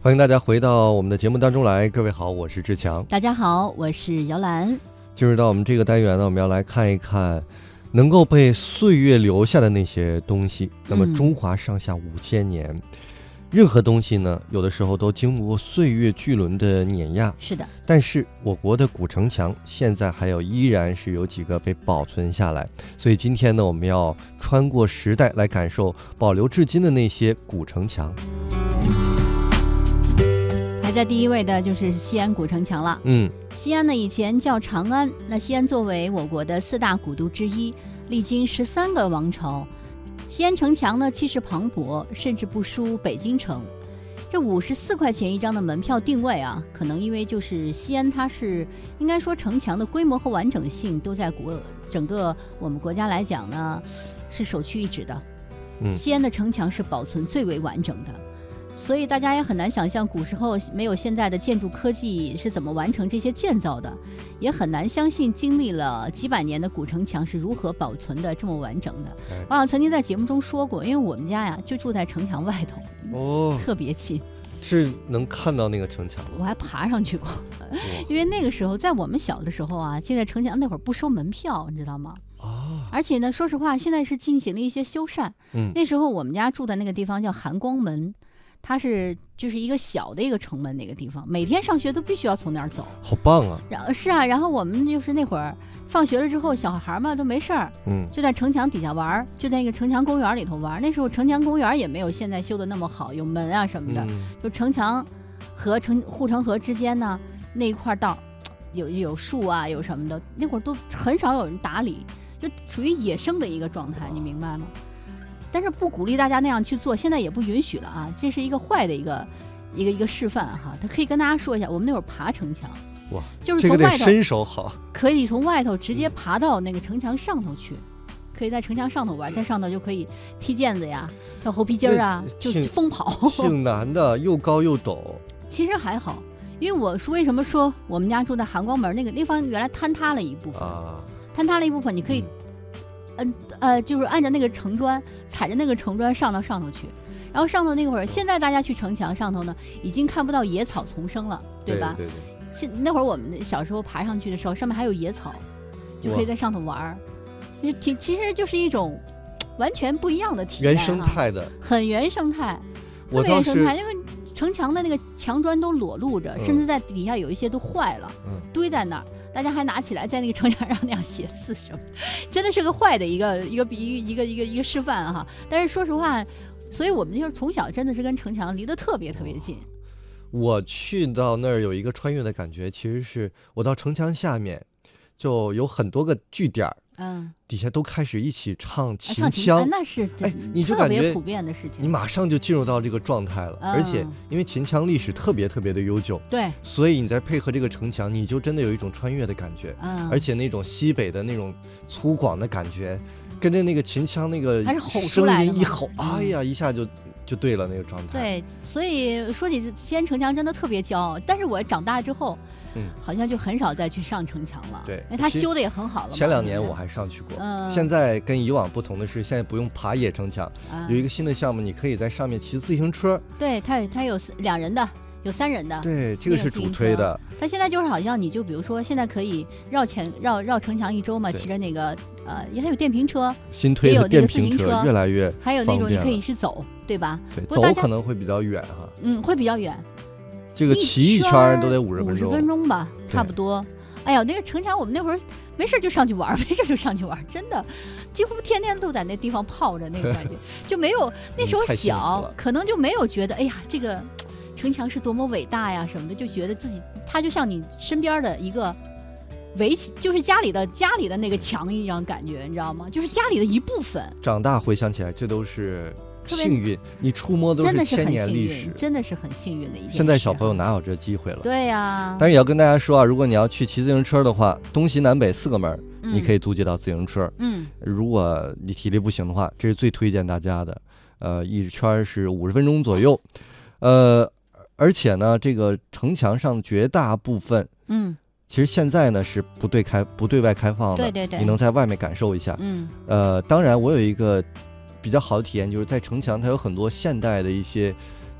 欢迎大家回到我们的节目当中来，各位好，我是志强。 大家好，我是姚兰。 进入到我们这个单元呢，我们要来看一看能够被岁月留下的那些东西。那么中华上下5000年，任何东西呢，有的时候都经过岁月巨轮的碾压。 是的， 但是我国的古城墙现在依然是有几个被保存下来。所以今天呢，我们要穿过时代来感受保留至今的那些古城墙。 排在第一位的就是西安古城墙了。西安呢以前叫长安，那西安作为我国的4大古都之一，历经13个王朝，西安城墙呢气势磅礴，甚至不输北京城。这54块钱一张的门票定位啊，可能因为就是西安它是应该说城墙的规模和完整性都在整个我们国家来讲呢是首屈一指的。西安的城墙是保存最为完整的。所以大家也很难想象古时候没有现在的建筑科技是怎么完成这些建造的，也很难相信经历了几百年的古城墙是如何保存的这么完整的。我曾经在节目中说过，因为我们家呀就住在城墙外头，特别近， 是能看到那个城墙的。 我还爬上去过，因为那个时候在我们小的时候啊，现在城墙那会儿不收门票，你知道吗？而且呢，说实话，现在是进行了一些修缮。那时候我们家住的那个地方叫含光门。它就是一个小的一个城门，那个地方每天上学都必须要从那儿走， 好棒啊！ 然后我们就是那会儿放学了之后，小孩嘛都没事儿，就在城墙底下玩，就在那个城墙公园里头玩。那时候城墙公园也没有现在修的那么好，有门啊什么的，就城墙和护城河之间呢那一块道有树啊，有什么的，那会儿都很少有人打理，就属于野生的一个状态，你明白吗？但是不鼓励大家那样去做，现在也不允许了啊！这是一个坏的一个示范哈。他可以跟大家说一下，我们那会儿爬城墙， 哇， 就是从外头， 这个得身手好， 可以从外头直接爬到那个城墙上头去，可以在城墙上头玩，在上头就可以踢毽子呀、跳猴皮筋啊，就疯跑， 挺难的，又高又陡。 其实还好，因为我为什么说我们家住在含光门那方原来坍塌了一部分坍塌了一部分，你可以。就是按照那个城砖，踩着那个城砖上到上头去，然后上头那会儿，现在大家去城墙上头呢，已经看不到野草丛生了，对吧？对。那会儿我们小时候爬上去的时候，上面还有野草，就可以在上头玩，其实就是一种完全不一样的体验， 原生态的，很原生态，特别原生态，因为城墙的那个墙砖都裸露着，甚至在底下有一些都坏了，堆在那儿。大家还拿起来在那个城墙上那样写字什么，真的是个坏的一个示范哈。但是说实话，所以我们就是从小真的是跟城墙离得特别特别近。 我去到那儿有一个穿越的感觉，其实是我到城墙下面，就有很多个据点，底下都开始一起唱秦腔， 那是你就感觉特别普遍的事情， 你马上就进入到这个状态了。而且因为秦腔历史特别特别的悠久， 对， 所以你再配合这个城墙，你就真的有一种穿越的感觉，而且那种西北的那种粗犷的感觉，跟着那个秦腔那个声音一吼，哎呀，一下就对了那个状态。 对，所以说起西安城墙真的特别骄傲。但是我长大之后，好像就很少再去上城墙了。 对， 因为它修的也很好了。 前2年我还上去过。现在跟以往不同的是，现在不用爬野城墙，有一个新的项目，你可以在上面骑自行车。 对，它有2人的，有3人的。 对，这个是主推的。 它现在就是好像你就比如说，现在可以绕城墙1周嘛，骑着那个它有电瓶车， 新推的电瓶车越来越还有那种你可以去走，对吧？ 对，走可能会比较远哈。 会比较远。 这个骑一圈都得 50分钟吧，差不多。哎呀，那个城墙我们那会儿没事就上去玩，真的，几乎天天都在那地方泡着，那个感觉就没有那时候小，可能就没有觉得哎呀这个城墙是多么伟大呀什么的，就觉得自己它就像你身边的一个就是家里的那个墙一样感觉，你知道吗？就是家里的一部分。 长大回想起来，这都是幸运，你触摸都是1000年历史， 真的是很幸运的一件事。 现在小朋友哪有这机会了？ 对呀。 但是也要跟大家说啊，如果你要去骑自行车的话，东西南北4个门，你可以租借到自行车。如果你体力不行的话，这是最推荐大家的。一圈是50分钟左右。而且呢，这个城墙上绝大部分，其实现在呢是不对外开放的， 对， 你能在外面感受一下。当然我有一个比较好的体验，就是在城墙它有很多现代的一些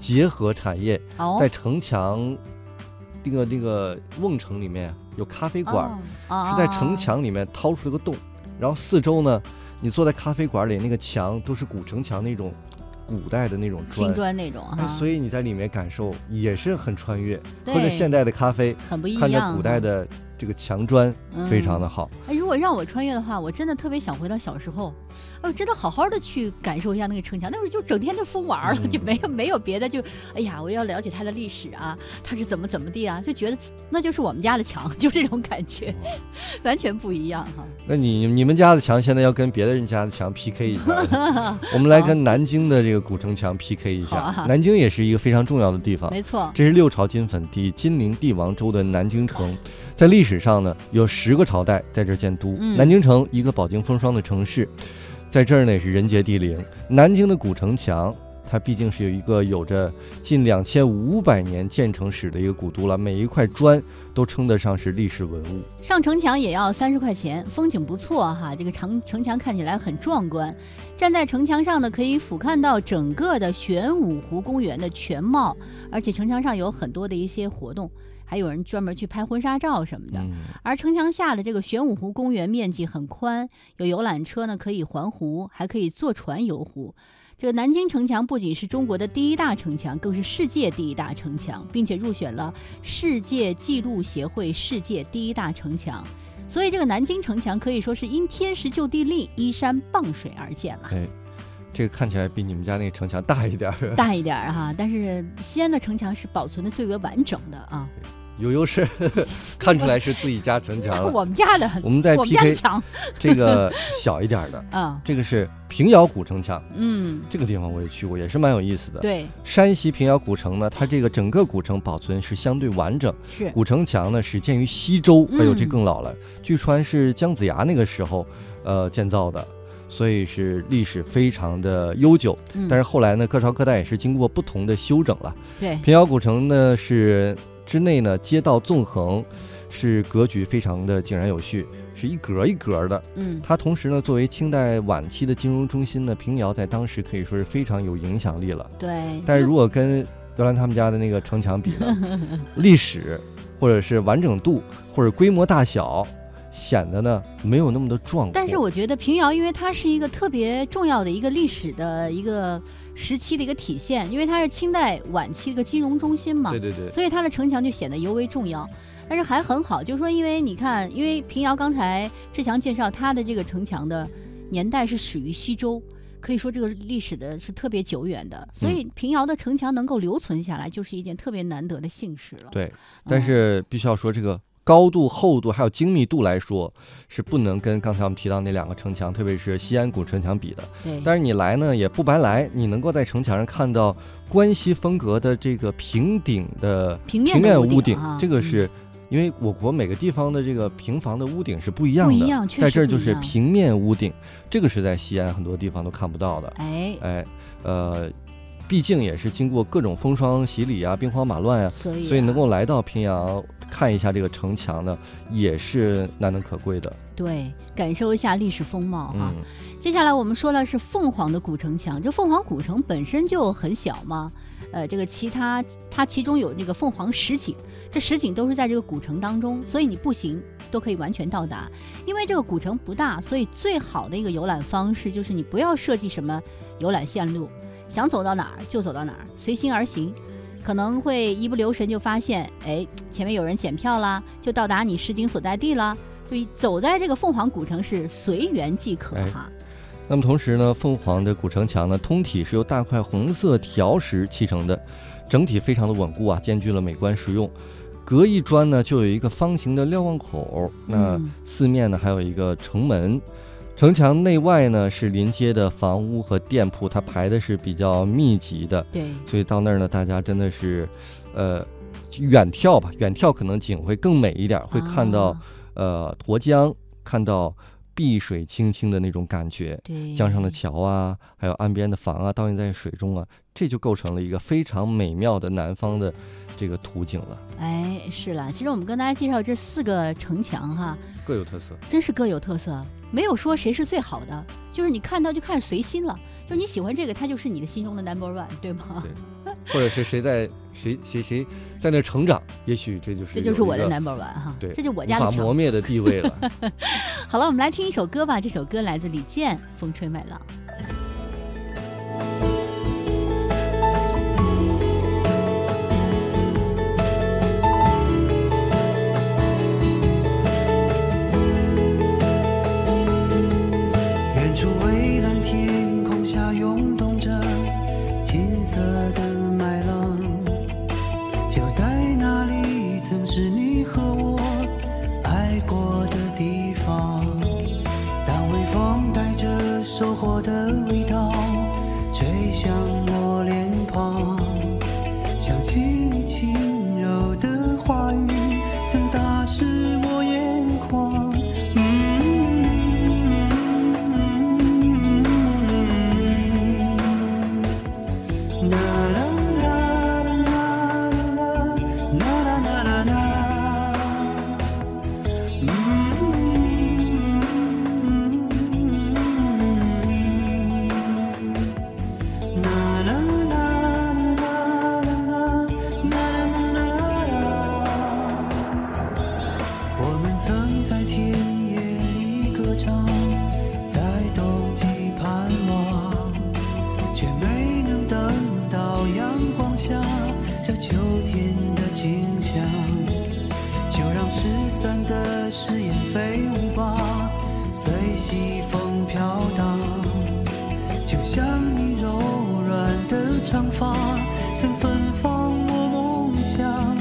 结合产业，在城墙那个瓮城里面有咖啡馆，是在城墙里面掏出了个洞，然后四周呢，你坐在咖啡馆里，那个墙都是古城墙那种古代的那种青砖那种， 所以你在里面感受也是很穿越，喝着现代的咖啡， 很不一样， 看着古代的这个墙砖，非常的好。 如果让我穿越的话，我真的特别想回到小时候，真的好好的去感受一下那个城墙。那会儿就整天就疯玩了，就没有别的，就哎呀，我要了解它的历史啊，它是怎么地啊，就觉得那就是我们家的墙，就这种感觉，完全不一样哈。 那你们家的墙现在要跟别的人家的墙 PK 一下，我们来跟南京的这个古城墙 PK 一下。南京也是一个非常重要的地方， 没错， 这是6朝金粉地金陵帝王州的南京城。在历史上呢，有10个朝代在这儿建都。南京城一个饱经风霜的城市，在这儿呢也是人杰地灵。南京的古城墙，它毕竟是有着近2500年建成史的一个古都了，每一块砖都称得上是历史文物。 上城墙也要30块钱，风景不错哈，这个城墙看起来很壮观。站在城墙上呢，可以俯瞰到整个的玄武湖公园的全貌，而且城墙上有很多的一些活动。还有人专门去拍婚纱照什么的，而城墙下的这个玄武湖公园面积很宽，有游览车呢可以环湖，还可以坐船游湖。这个南京城墙不仅是中国的第1大城墙，更是世界第1大城墙，并且入选了世界纪录协会世界第1大城墙。所以这个南京城墙可以说是因天时就地利，依山傍水而建了。 这个看起来比你们家那个城墙大一点哈，但是西安的城墙是保存的最为完整的啊。 有优势，看出来是自己家城墙了。 我们家的， 我们在 PK 这个小一点的这个是平遥古城墙。这个地方我也去过，也是蛮有意思的。 对， 山西平遥古城呢，它这个整个古城保存是相对完整。 是古城墙呢是建于西周，哎呦这更老了，据传是姜子牙那个时候建造的。所以是历史非常的悠久，但是后来呢，各朝各代也是经过不同的修整了。 对， 平遥古城呢是之内呢街道纵横，是格局非常的井然有序，是一格一格的。它同时呢作为清代晚期的金融中心呢，平遥在当时可以说是非常有影响力了。 对， 但是如果跟姚兰他们家的那个城墙比呢，历史或者是完整度或者规模大小，显得呢没有那么的壮阔。 但是我觉得平遥，因为它是一个特别重要的一个历史的一个时期的一个体现，因为它是清代晚期的一个金融中心嘛， 对， 所以它的城墙就显得尤为重要。但是还很好，就是说，因为你看，因为平遥刚才志强介绍它的这个城墙的年代是始于西周，可以说这个历史的是特别久远的，所以平遥的城墙能够留存下来，就是一件特别难得的幸事了。 对，但是必须要说这个高度、厚度还有精密度来说，是不能跟刚才我们提到那2个城墙，特别是西安古城墙比的。 对， 但是你来呢也不白来，你能够在城墙上看到关西风格的这个平顶的平面屋顶，这个是因为我国每个地方的这个平房的屋顶是不一样的，在这儿就是平面屋顶，这个是在西安很多地方都看不到的。毕竟也是经过各种风霜洗礼啊、兵荒马乱啊，所以能够来到平遥看一下这个城墙呢，也是难能可贵的。 对，感受一下历史风貌哈。接下来我们说的是凤凰的古城墙，这凤凰古城本身就很小嘛，这个它其中有这个凤凰十景，这10景都是在这个古城当中，所以你步行都可以完全到达。因为这个古城不大，所以最好的一个游览方式就是你不要设计什么游览线路，想走到哪儿就走到哪儿，随心而行。可能会一不留神就发现，前面有人检票啦，就到达你10景所在地啦。所以走在这个凤凰古城是随缘即可哈。 那么同时呢，凤凰的古城墙呢，通体是由大块红色条石砌成的，整体非常的稳固啊，兼具了美观实用。隔一砖呢就有一个方形的瞭望口，那四面呢还有一个城门。城墙内外呢是临街的房屋和店铺，它排的是比较密集的。 对， 所以到那儿呢，大家真的是远眺吧，远眺可能景会更美一点，会看到沱江，看到碧水清清的那种感觉。 对， 江上的桥啊，还有岸边的房啊，倒映在水中啊，这就构成了一个非常美妙的南方的这个图景了。 是了，其实我们跟大家介绍这4个城墙哈， 各有特色， 真是各有特色，没有说谁是最好的，就是你看到就开始随心了。 就是你喜欢这个，它就是你的心中的 No.1， 对吗？ 对，或者是谁在那成长，也许这就是我的 No.1 哈， 对， 这就是我家的无法磨灭的地位了。 好了，我们来听一首歌吧，这首歌来自李健，《风吹麦浪》。 收获的味道吹向我脸庞，想起你轻柔的话语曾打湿我眼眶。的誓言飞舞吧，随西风飘荡，就像你柔软的长发曾芬芳我梦想。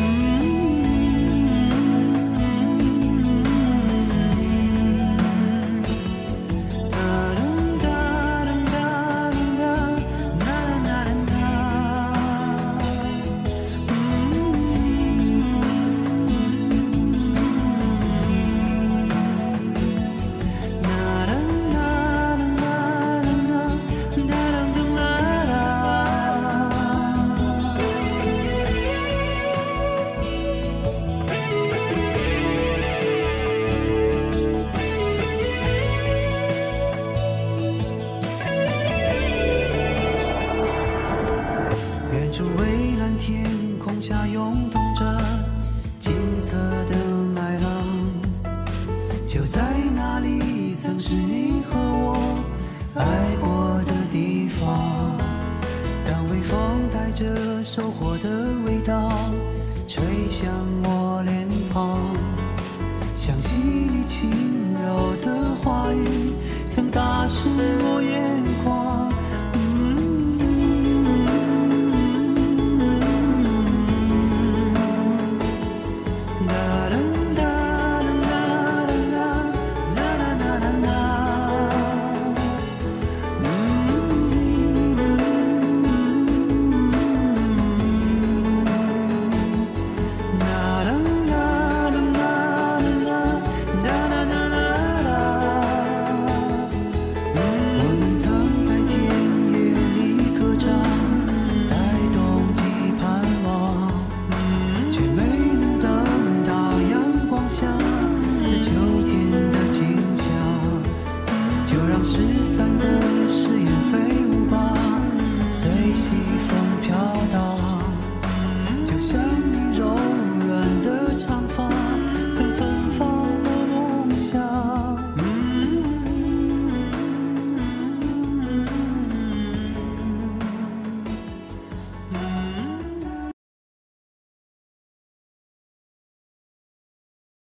收获的味道吹向我脸庞，想起你轻柔的话语曾打湿我眼眶。